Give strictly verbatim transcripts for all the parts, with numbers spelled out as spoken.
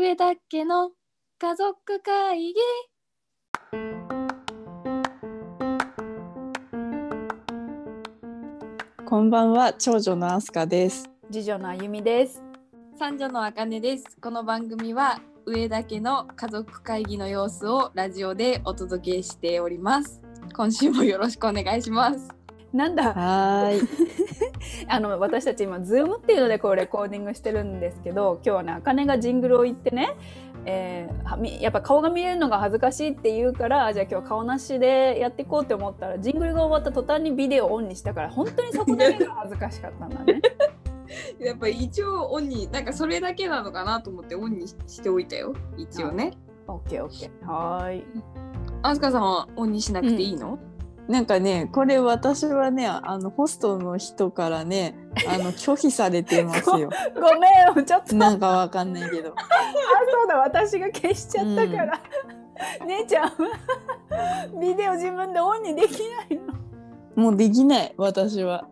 上田家の家族会議。 こんばんは、長女のあすかです。 次女のあゆみです。 三女のあかねです。この番組は上田家の家族会議の様子をラジオでお届けしております。今週もよろしくお願いします。 なんだはーいあの私たち今ズームっていうのでこうレコーディングしてるんですけど、今日はねあかねがジングルを言ってね、えー、やっぱ顔が見れるのが恥ずかしいって言うから、じゃあ今日顔なしでやっていこうって思ったら、ジングルが終わった途端にビデオをオンにしたから、本当にそこだけが恥ずかしかったんだねやっぱ一応オンに、なんかそれだけなのかなと思ってオンにしておいたよ、一応ね。 オッケーオッケー、はーい。 あすかさんはオンにしなくていいの？ うん、なんかね、これ私はね、あのホストの人からね、あの拒否されてますよごめん、ちょっとなんかわかんないけどあ、そうだ、私が消しちゃったから、うん、姉ちゃんはビデオ自分でオンにできないの？ もうできない、私は。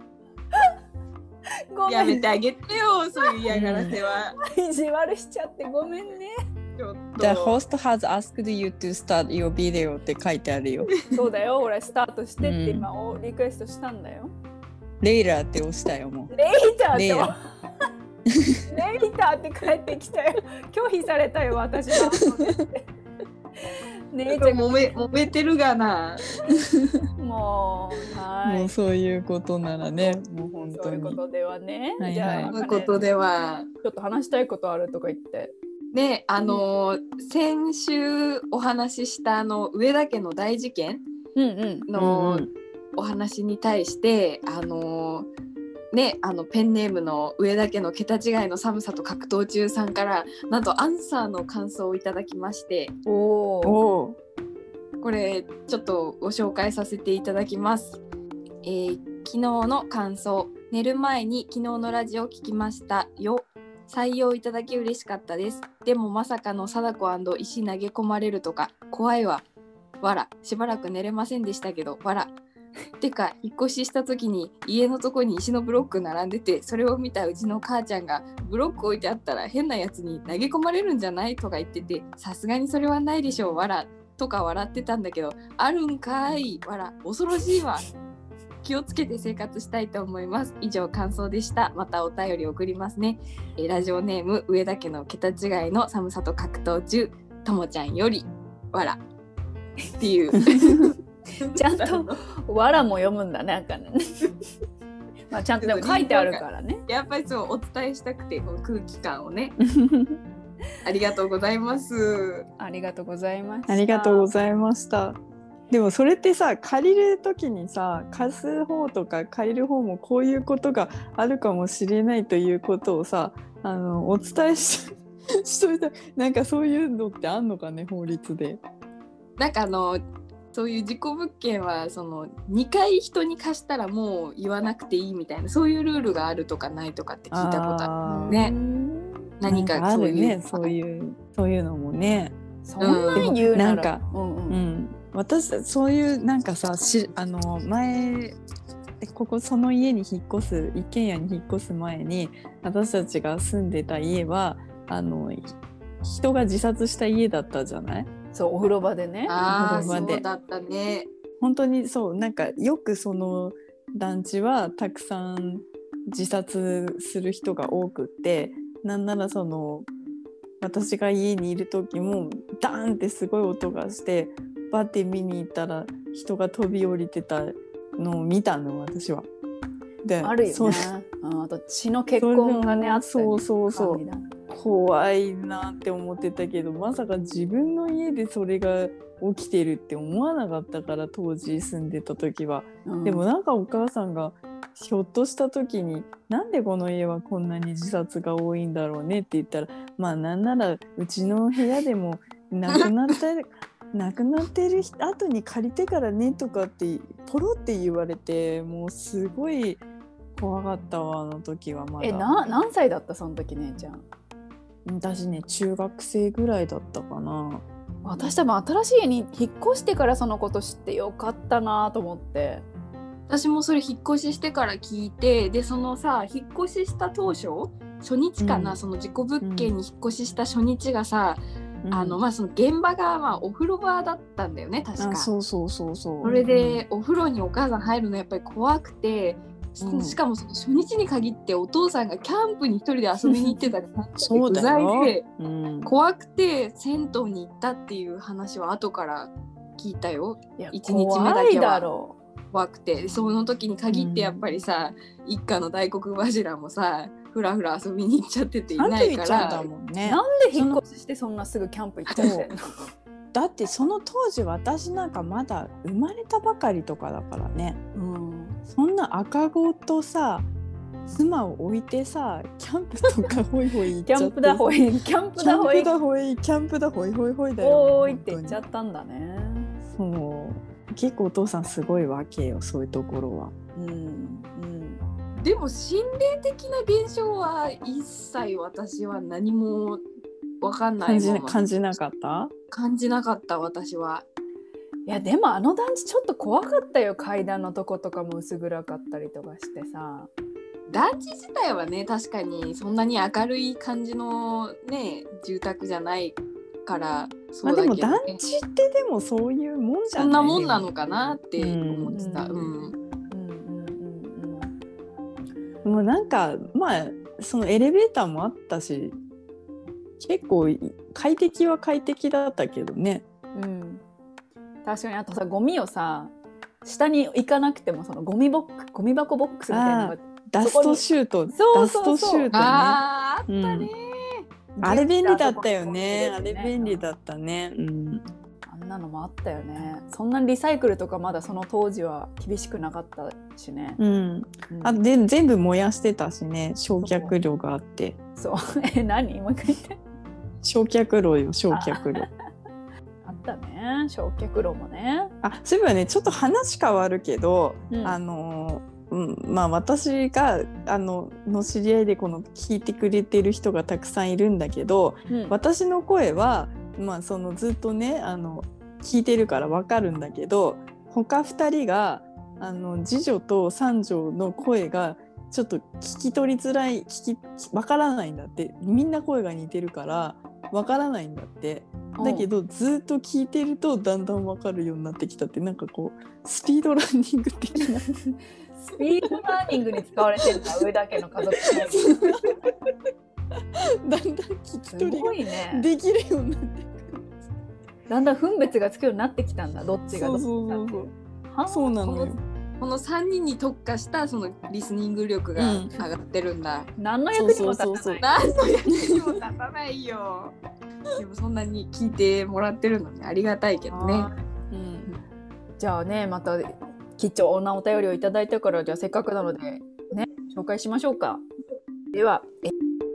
ごめん、 やめてあげてよ、そういう嫌がらせは。 意地悪しちゃってごめんね。 The host has asked you to start your video って書いてあるよ。 そうだよ、俺スタートしてって今、うん、リクエストしたんだよ。 レイラーって押したよ、もう。 レイターってレイラレイターって帰ってきたよ。拒否されたよ、私は。 ねえちゃん揉め揉めてるがな。 もう、はい。 もうそういうことならね、もう本当に。 そういうことではね。 はいはい、 じゃあ、 そういうことでは。 ちょっと話したいことあるとか言って。 ね、あのー、先週お話ししたあの上田家の大事件のお話に対して、うんうん、あのー、ね、あのペンネームの上田家の桁違いの寒さと格闘中さんからなんとアンサーの感想をいただきまして、 おーこれちょっとご紹介させていただきます。えー、昨日の感想。寝る前に昨日のラジオを聞きましたよ。採用いただき嬉しかったです。でもまさかの貞子&石投げ込まれるとか怖いわ。わら。しばらく寝れませんでしたけどわら。てか引っ越しした時に家のとこに石のブロック並んでて、それを見たうちの母ちゃんがブロック置いてあったら変なやつに投げ込まれるんじゃないとか言ってて、さすがにそれはないでしょうわらとか笑ってたんだけど、あるんかいわら。恐ろしいわ。気をつけて生活したいと思います。以上感想でした。またお便り送りますね。えラジオネーム上田家の桁違いの寒さと格闘中、ともちゃんよりわらっていうちゃんとわらも読むんだね、なんかねまあちゃんとでも書いてあるからね。 やっぱりそうお伝えしたくて、この空気感をねありがとうございます。 ありがとうございました。 ありがとうございました。でもそれってさ、借りるときにさ、貸す方とか借りる方もこういうことがあるかもしれないということをさ、あのお伝え し, しといた。なんかそういうのってあんのかね、法律で。 なんかあのそういう事故物件はそのにかい人に貸したらもう言わなくていいみたいな、そういうルールがあるとかないとかって聞いたことあるね。何かそういう、 ね、そういうそういうのもね。 そんなに言うなら、 なんか、うんうんうん、私そういうなんかさ、しあの前ここその家に引っ越す一軒家に引っ越す前に私たちが住んでた家はあの人が自殺した家だったじゃない？ そう、お風呂場でね。 ああ、そうだったね。 本当にそう、なんかよくその団地はたくさん自殺する人が多くって、なんならその私が家にいる時もダーンってすごい音がして、バッて見に行ったら人が飛び降りてたのを見たの、私は。 で、あるよね。あと血の血痕がねあったり、 そうそうそう、怖いなって思ってたけど、まさか自分の家でそれが起きてるって思わなかったから、当時住んでた時は、うん、でもなんかお母さんがひょっとした時に、なんでこの家はこんなに自殺が多いんだろうねって言ったら、まあなんならうちの部屋でも亡くなった亡くなってる後に借りてからねとかってポロって言われて、もうすごい怖かったわ、あの時は。まだえな何歳だったその時？姉ちゃん。 私ね、中学生ぐらいだったかな。 私多分新しい家に引っ越してからそのこと知ってよかったなと思って。 私もそれ引っ越ししてから聞いて、でそのさ引っ越しした当初初日かな、 うんその事故物件に引っ越しした初日がさ、 うんあのまあその現場がまあお風呂場だったんだよね確か。 あそうそうそうそう。 それで、お風呂にお母さん入るのやっぱり怖くて、 うんしかもその初日に限ってお父さんがキャンプに一人で遊びに行ってたりそうだ不よ在でうん、 怖くて銭湯に行ったっていう話は後から聞いたよ。 いや一日目だ怖いけはだろ怖くて、その時に限ってやっぱりさ、うん、一家の大黒柱もさふらふら遊びに行っちゃってていないから。 だもんね。 なんで引っ越ししてそんなすぐキャンプ行っちゃってんのだってその当時私なんかまだ生まれたばかりとかだからね、うん、そんな赤子とさ妻を置いてさキャンプとかホイホイ行っちゃってキャンプだホイキャンプだホイキャンプだホイキャンプだホイホイホイだよ。 おーいって言っちゃったんだね。 そう結構お父さんすごいわけよそういうところは。 うんうんでも心霊的な現象は一切私は何も分かんない感じ感じなかった感じなかった私は。 いやでもあの団地ちょっと怖かったよ。階段のとことかも薄暗かったりとかしてさ。 団地自体はね確かにそんなに明るい感じのね住宅じゃないからそうだけど、ね、 まあ、でも団地ってでもそういうもんじゃない。 そんなもんなのかなって思ってた。 うんうんうんもうなんかまあそのエレベーターもあったし結構快適は快適だったけどね。 うん、確かにあとさゴミをさ下に行かなくてもそのゴミボックゴミ箱ボックスみたいなのがダストシュートそうそうそうダストシュートね。 あーあったね、 うん、あれ便利だったよね。あれ便利だったね、うん、 あんなのもあったよね。そんなにリサイクルとかまだその当時は厳しくなかったしね、 うんうん、 あで全部燃やしてたしね。焼却炉があってそうえ何もう一回言って。 焼却炉よ焼却炉あったね焼却炉もね。 あそういえばねちょっと話変わるけど、うん、あのうんまあ、私があのの知り合いでこの聞いてくれてる人がたくさんいるんだけど、うん、私の声は、まあ、そのずっとねあの聞いてるから分かるんだけど他ふたりがあの次女と三女の声がちょっと聞き取りづらい聞き分からないんだって。みんな声が似てるから分からないんだって。だけどずっと聞いてるとだんだん分かるようになってきたって。なんかこうスピードランニング的なスピードラーニングに使われてるんだ上田家の家族だんだん聞き取りができるようになってくる、 だんだん分別がつくようになってきたんだ。どっちがどっちか。 そうそうそうそうそうなのよ。 このさんにんに特化したそのリスニング力が上がってるんだ、 うん、何の役にも立たない。 何の役にも立たないよでもそんなに聞いてもらってるのにありがたいけどね、 うん、じゃあねまた貴重なお便りをいただいたからじゃあせっかくなのでね紹介しましょうか。ではえ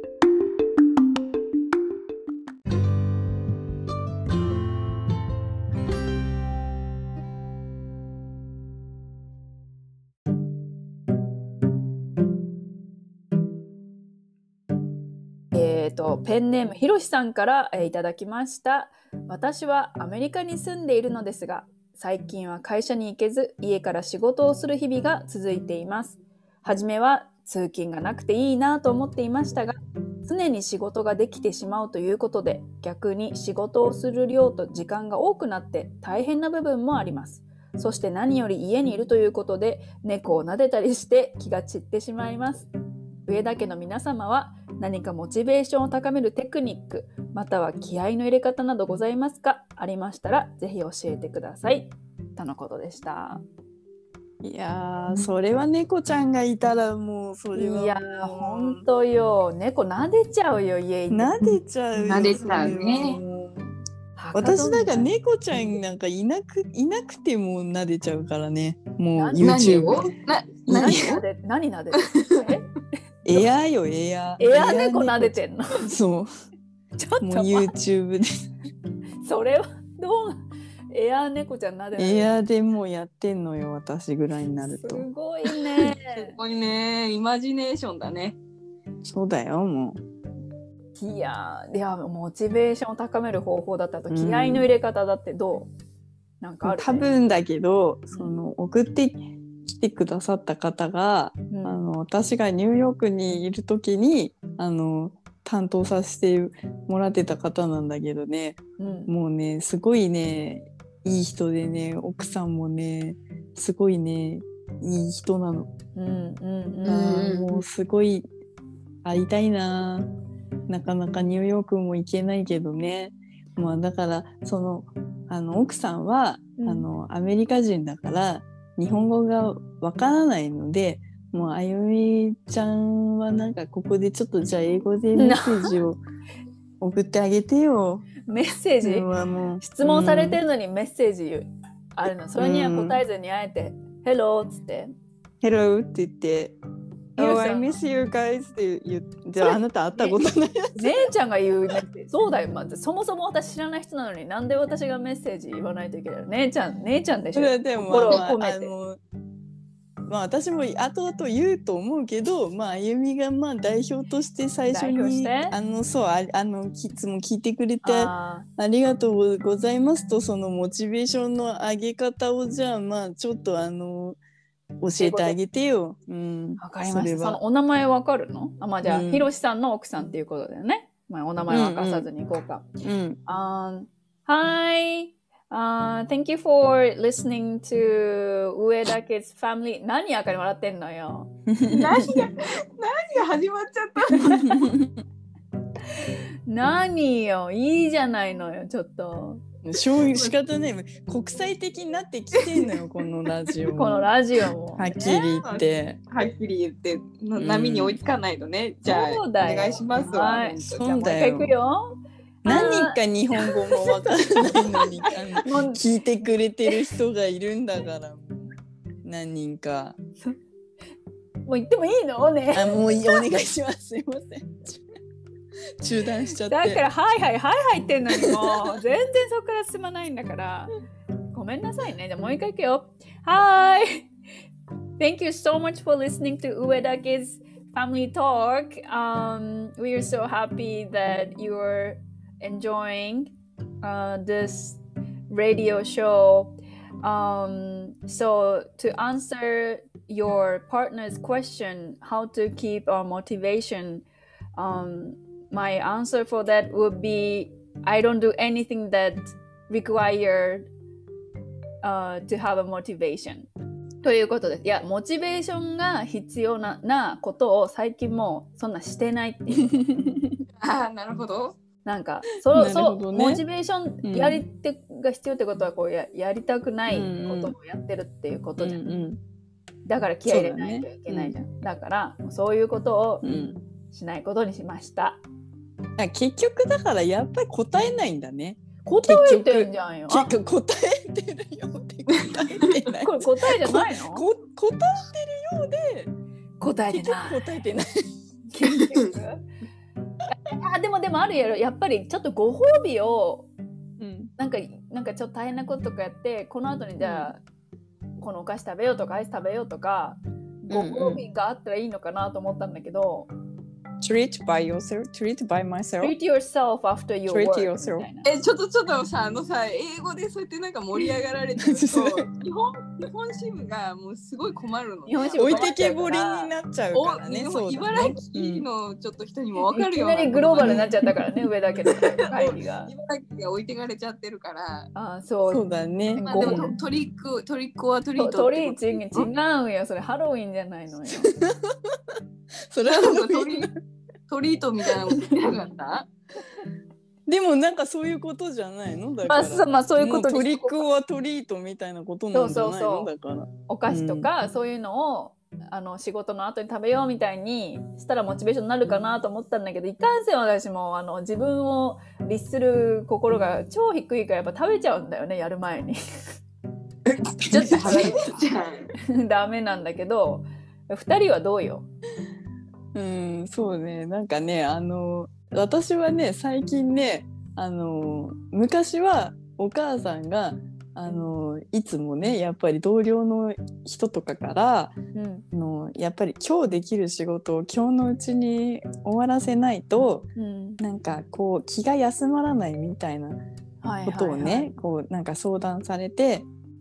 えーと、ペンネームひろしさんから、えー、いただきました。私はアメリカに住んでいるのですが最近は会社に行けず家から仕事をする日々が続いています。はじめは通勤がなくていいなと思っていましたが常に仕事ができてしまうということで逆に仕事をする量と時間が多くなって大変な部分もあります。そして何より家にいるということで猫を撫でたりして気が散ってしまいます。上田家の皆様は何かモチベーションを高めるテクニックまたは気合いの入れ方などございますか？ありましたらぜひ教えてくださいとのことでした。 いやーそれは猫ちゃんがいたらもうそれはいやーほんとよ猫撫でちゃうよ家に撫でちゃうよ撫でちゃうね。 私なんか猫ちゃんなんかいなくいなくても撫でちゃうからね。もう YouTube 何をな何撫で何撫でてエアーよエアーエアー猫撫でてんのそうちょっともう YouTube でそれはどうエアー猫ちゃん撫でないエアーでもうやってんのよ私ぐらいになると。 すごいねすごいねイマジネーションだね。 そうだよもういやいやモチベーションを高める方法だったと気合いの入れ方だってどう、うん、なんかある、ね、 多分だけどその送ってきててくださった方が、 うん、 あの私がニューヨークにいる時にあの担当させてもらってた方なんだけどね、 うん、 もうねすごいねいい人でね、奥さんもねすごいねいい人なの。 うんうんうんあもうすごい会いたいな。なかなかニューヨークも行けないけどね。まあだからそのあの奥さんは、 うん、 あのアメリカ人だから日本語がわからないので、もうあゆみちゃんはなんかここでちょっとじゃあ英語でメッセージを送ってあげてよ。 メッセージ、 もう質問されてるのにメッセージあるの、それには答えずにあえて「Hello」っつって 「Hello」って言って「Oh, I miss you guys」って言って、じゃああなた会ったことないやつ。 姉ちゃんが言うねって、そうだよ、まずそもそも私知らない人なのになんで私がメッセージ言わないといけないの。姉ちゃん姉ちゃんでしょ。 でも心をまあ、 込めて。 あのまあ私も後々言うと思うけど、まああゆみがまあ代表として最初にあのそうああのいつも聞いてくれてありがとうございますと、そのモチベーションの上げ方をじゃあまあちょっとあの教えてあげてよ。うん、 わかりました。そのお名前わかるの？あ、まあじゃあ、 うん、 ひろしさんの奥さんっていうことだよね。まあお名前は明かさずにいこうか。うん。うん、 um, Hi!Uh, thank you for listening to 上田 Kids Family。何あかり笑ってんのよ。 何が、何が始まっちゃったの何よ、いいじゃないのよ、ちょっと。 仕方ない。国際的になってきてんのよ、このラジオも。 このラジオも。 はっきり言って。 はっきり言って、波に追いつかないのね。うん、じゃあ、お願いしますわ。 はい、そうだよ。もう一回いくよ。 何か日本語もわからないのに聞いてくれてる人がいるんだから何人か。 もう言ってもいいのね。 あ、もうお願いします。すいません。中断しちゃって。 だからはいはいはいはいってんのにもう全然そこから進まないんだからごめんなさいね。じゃあもう一回いくよ。Hi! Thank you so much for listening to Ueda Kids Family Talk. Um, we are so happy that you're enjoying uh, this radio show. Um, so to answer your partner's question, how to keep our motivation, um, my answer for that would be I don't do anything that required uh, to have a motivation. ということです。いや、モチベーションが必要 な, なことを最近もうそんなしてないっていうああ、なるほど。 なんかそそう、ね、モチベーションやり手が必要ってことはこう や, やりたくないことをやってるっていうことじゃん、うんうん、だから気合い入れないといけないじゃん、 だ,、ねうん、だからそういうことをしないことにしました、 うん、結局だからやっぱり答えないんだね。 答えてんじゃんよ。 結局答えてるよって答えてない。 これ答えじゃないの？ こ答えてるようで答えてない。 答えてない。 結局あでもでもあるやろ、やっぱりちょっとご褒美を、うん、なんかなんかちょっと大変なこととかやってこの後にじゃあ、うん、このお菓子食べようとかアイス食べようとかご褒美があったらいいのかなと思ったんだけど、うんうん、 treat by yourself, treat by myself, treat yourself after your treat work yourself. えちょっとちょっとさあのさ英語でそうやってなんか盛り上がられてると日本日本支部がもうすごい困るの、ね、 置いてけぼりになっちゃうからね。 そうだね、茨城のちょっと人にも分かるような、 いきなりグローバルになっちゃったからね上だけど会議が茨城が置いてかれちゃってるから。 あそうそうだね、 まあ、でもトリックトリックはトリートトリーチン違うよ、それハロウィンじゃないのよそれはトリトリートみたいなの言ってなかったでもなんかそういうことじゃないのだから、 まあ、まあそういうことトリックはトリートみたいなことなんじゃないの？そうそうそう、だからお菓子とか、うん、そういうのをあの仕事の後に食べようみたいにしたらモチベーションになるかなと思ったんだけど、いかんせん私もあの自分を律する心が超低いからやっぱ食べちゃうんだよね、やる前にちょっと腹減っちゃうダメなんだけど、ふたりはどうよ？ うん、そうね、なんかね、あの私はね最近ね、あの昔はお母さんがあのいつもねやっぱり同僚の人とかから、うん、あのやっぱり今日できる仕事を今日のうちに終わらせないと、うん、なんかこう気が休まらないみたいなことをね、はいはいはい、こうなんか相談されて、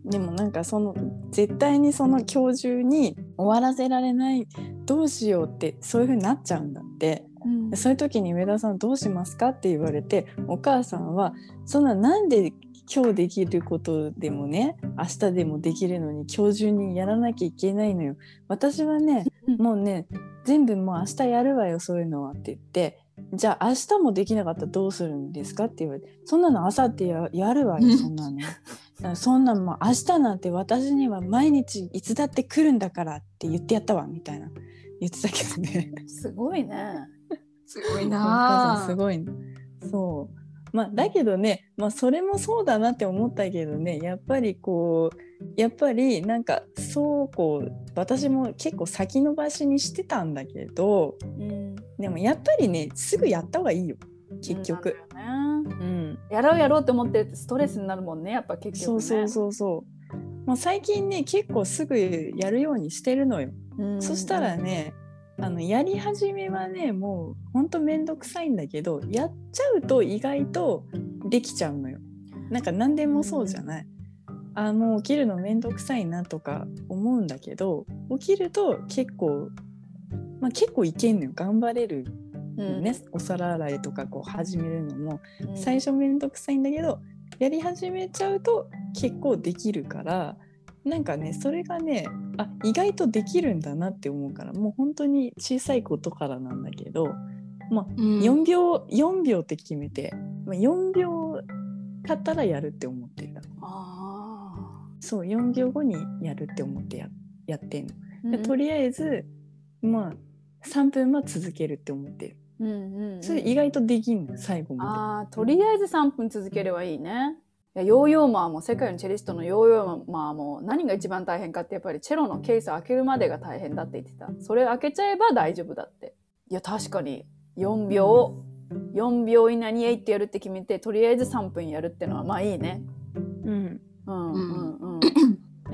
でもなんかその絶対にその今日中に終わらせられない、どうしようってそういう風になっちゃうんだって、うん、そういう時に上田さんどうしますかって言われて、お母さんはそんななんで今日できることでもね明日でもできるのに今日中にやらなきゃいけないのよ、私はねもうね全部もう明日やるわよそういうのはって言って、じゃあ明日もできなかったらどうするんですかって言われて、そんなの明後日 や, やるわよそんなのそんなもう明日なんて私には毎日いつだって来るんだからって言ってやったわみたいな言ってたけどね。 すごいね。 すごいな。 すごい、ね、そうまあ、だけどね、まあ、それもそうだなって思ったけどね、やっぱりこうやっぱりなんかそうこう私も結構先延ばしにしてたんだけど、うん、でもやっぱりねすぐやった方がいいよ結局、うんうん、やろうやろうって思ってるとストレスになるもんねやっぱ結局ね。 そうそうそうそう、まあ、最近ね結構すぐやるようにしてるのよ、うん、そしたらねあのやり始めはねもうほんとめんどくさいんだけど、やっちゃうと意外とできちゃうのよ。なんか何でもそうじゃない、うん、あもう起きるのめんどくさいなとか思うんだけど、起きると結構まあ結構いけんのよ、頑張れるのね、うん、お皿洗いとかこう始めるのも最初めんどくさいんだけど、やり始めちゃうと結構できるから、なんかねそれがねあ意外とできるんだなって思うから、もう本当に小さいことからなんだけど、まあ、よんびょう、よんびょうって決めて、まあ、よんびょう経ったらやるって思ってる。あそうよんびょうごにやるって思って や, やってんの、うん、でとりあえずまあさんぷんは続けるって思ってる、うんうんうん、それ意外とできんの最後まで。 あとりあえずさんぷん続ければいいね。いやヨーヨーマーも世界のチェリストのヨーヨーマーも何が一番大変かってやっぱりチェロのケースを開けるまでが大変だって言ってた。それ開けちゃえば大丈夫だって。いや確かによんびょうよんびょう以内にえいってやるって決めてとりあえずさんぷんやるってのはまあいいね。うんうんうんうん、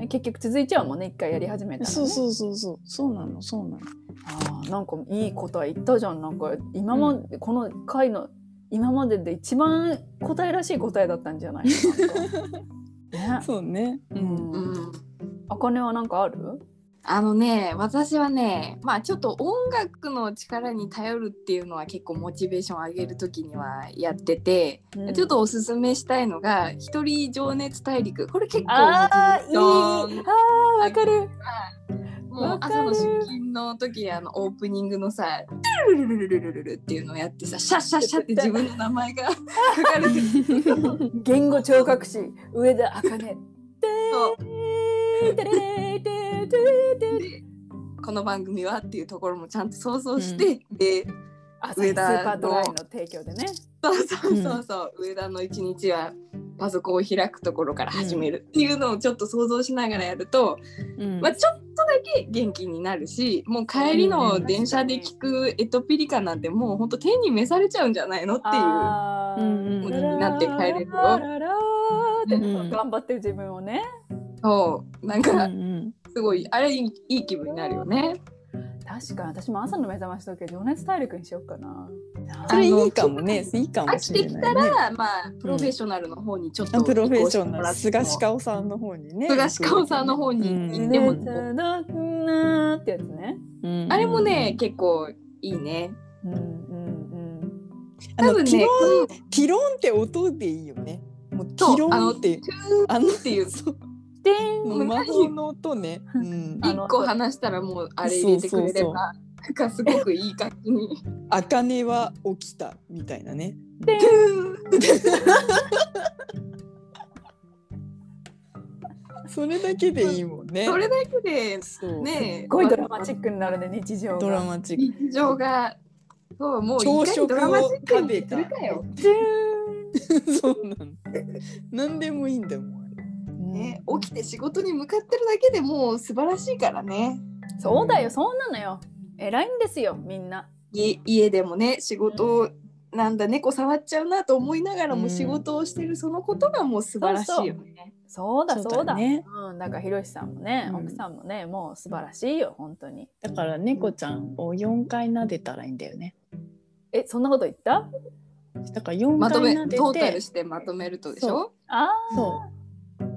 結局続いちゃうもんね一回やり始めたら、ね、 そうそうそうそうそうなのそうなの。 あなんかいい答え言ったじゃん。なんか今まで、うん、この回の今までで一番答えらしい答えだったんじゃないかな、 ね、そうね、うんうん、 あかねはなんかある？ あのね私はねまあちょっと音楽の力に頼るっていうのは結構モチベーション上げるときにはやってて、うん、ちょっとおすすめしたいのが一人情熱大陸。これ結構あーいいあーわかる。 もう朝の出勤の時あのオープニングのさルルルルルルルルっていうのをやってさシャッシャッシャッって自分の名前が書かれてる言語聴覚士上田茜この番組はっていうところもちゃんと想像して、うん、で上田のスーパードライの提供でねそうそうそうそう、うん、上田の一日はパソコンを開くところから始めるっていうのをちょっと想像しながらやると、うんまあ、ちょっとだけ元気になるし、もう帰りの電車で聞くエトピリカなんてもうほんと天に召されちゃうんじゃないのっていう気持ちになって帰れるよ。 って頑張ってる自分をね、 そうなんかすごいあれいい、いい気分になるよね。 確かに私も朝の目覚まし時計情熱大陸にしようかな。 それいいかもね。いいかもしれない、ね、 飽きてきたら、まあ、プロフェッショナルの方にちょっと、 うん、プロフェッショナル菅氏香さんの方にね菅氏香さんの方に行っても、うん、 ってやつね、 うん、あれもね結構いいね。うんうんうん。 多分ねティロンティロンって音でいいよね。もうティロンってあのっていうでん魔法の音ね、うん、 一個話したらもうあれ入れてくれればなんかすごくいい感じにあかねは起きたみたいなねでそれだけでいいもんね。 それだけでねすごいドラマチックになるね日常が。 ドラマチック日常がそうもう朝食を食べたよそうなんだ何でもいいんだもんね、起きて仕事に向かってるだけでもう素晴らしいからね。 そうだよそうなのよ偉いんですよみんな。 家でもね仕事を、うん、なんだ猫触っちゃうなと思いながらも仕事をしてるそのことがもう素晴らしいよね。 そうだそうだね。うん、だからひろしさんもね、うん、奥さんもねもう素晴らしいよ本当に。 だから猫ちゃんをよんかい撫でたらいいんだよね。 えそんなこと言った？ だからよんかい撫でてまとめトータルしてまとめるとでしょ。 ああそう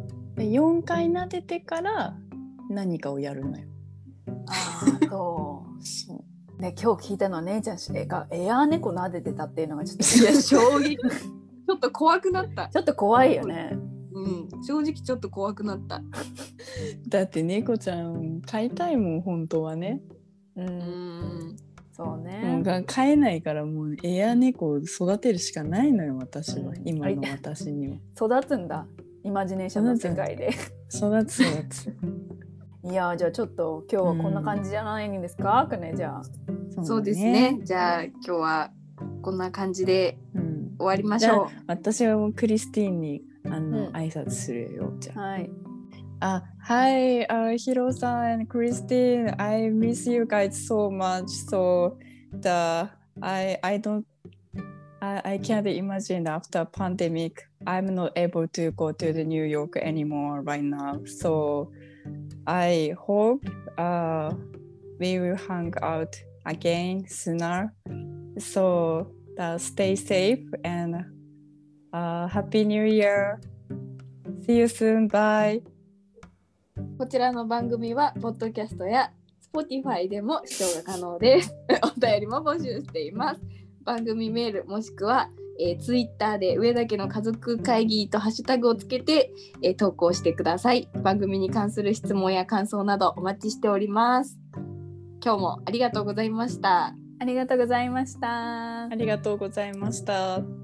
でよんかい撫でてから何かをやるのよ。 あーそうそうね、今日聞いたのは姉ちゃんがエアー猫撫でてたっていうのがちょっといや衝撃ちょっと怖くなったちょっと怖いよね。 うん正直ちょっと怖くなった。 だって猫ちゃん飼いたいもん本当はね。 う、 うんんそうもうね。 が飼えないからもうエア猫を育てるしかないのよ私は、 うん今の私には。 育つんだ、イマジネーションの世界で。 育つ育つ。 いやーじゃあちょっと今日はこんな感じじゃないんですか、かねじゃあ。 そうですね。じゃあ今日はこんな感じでうん、 終わりましょう。 私はもうクリスティーンにあの、 うん挨拶するよじゃあ。 はい。 あ、Hi, uh, Hiro-san and Christine. I miss you guys so much. So the I I don't I, I can't imagine after pandemic. I'm not able to go to the New York anymore right now. So I hope uh we will hang out again sooner. So uh, stay safe and uh, Happy New Year. See you soon. Bye. こちらの番組はポッドキャストや Spotify でも視聴が可能です。お便りも募集しています。番組メールもしくは、えー、Twitter で上田家の家族会議とハッシュタグをつけて、えー、投稿してください。番組に関する質問や感想などお待ちしております。今日もありがとうございました。 ありがとうございました。 ありがとうございました。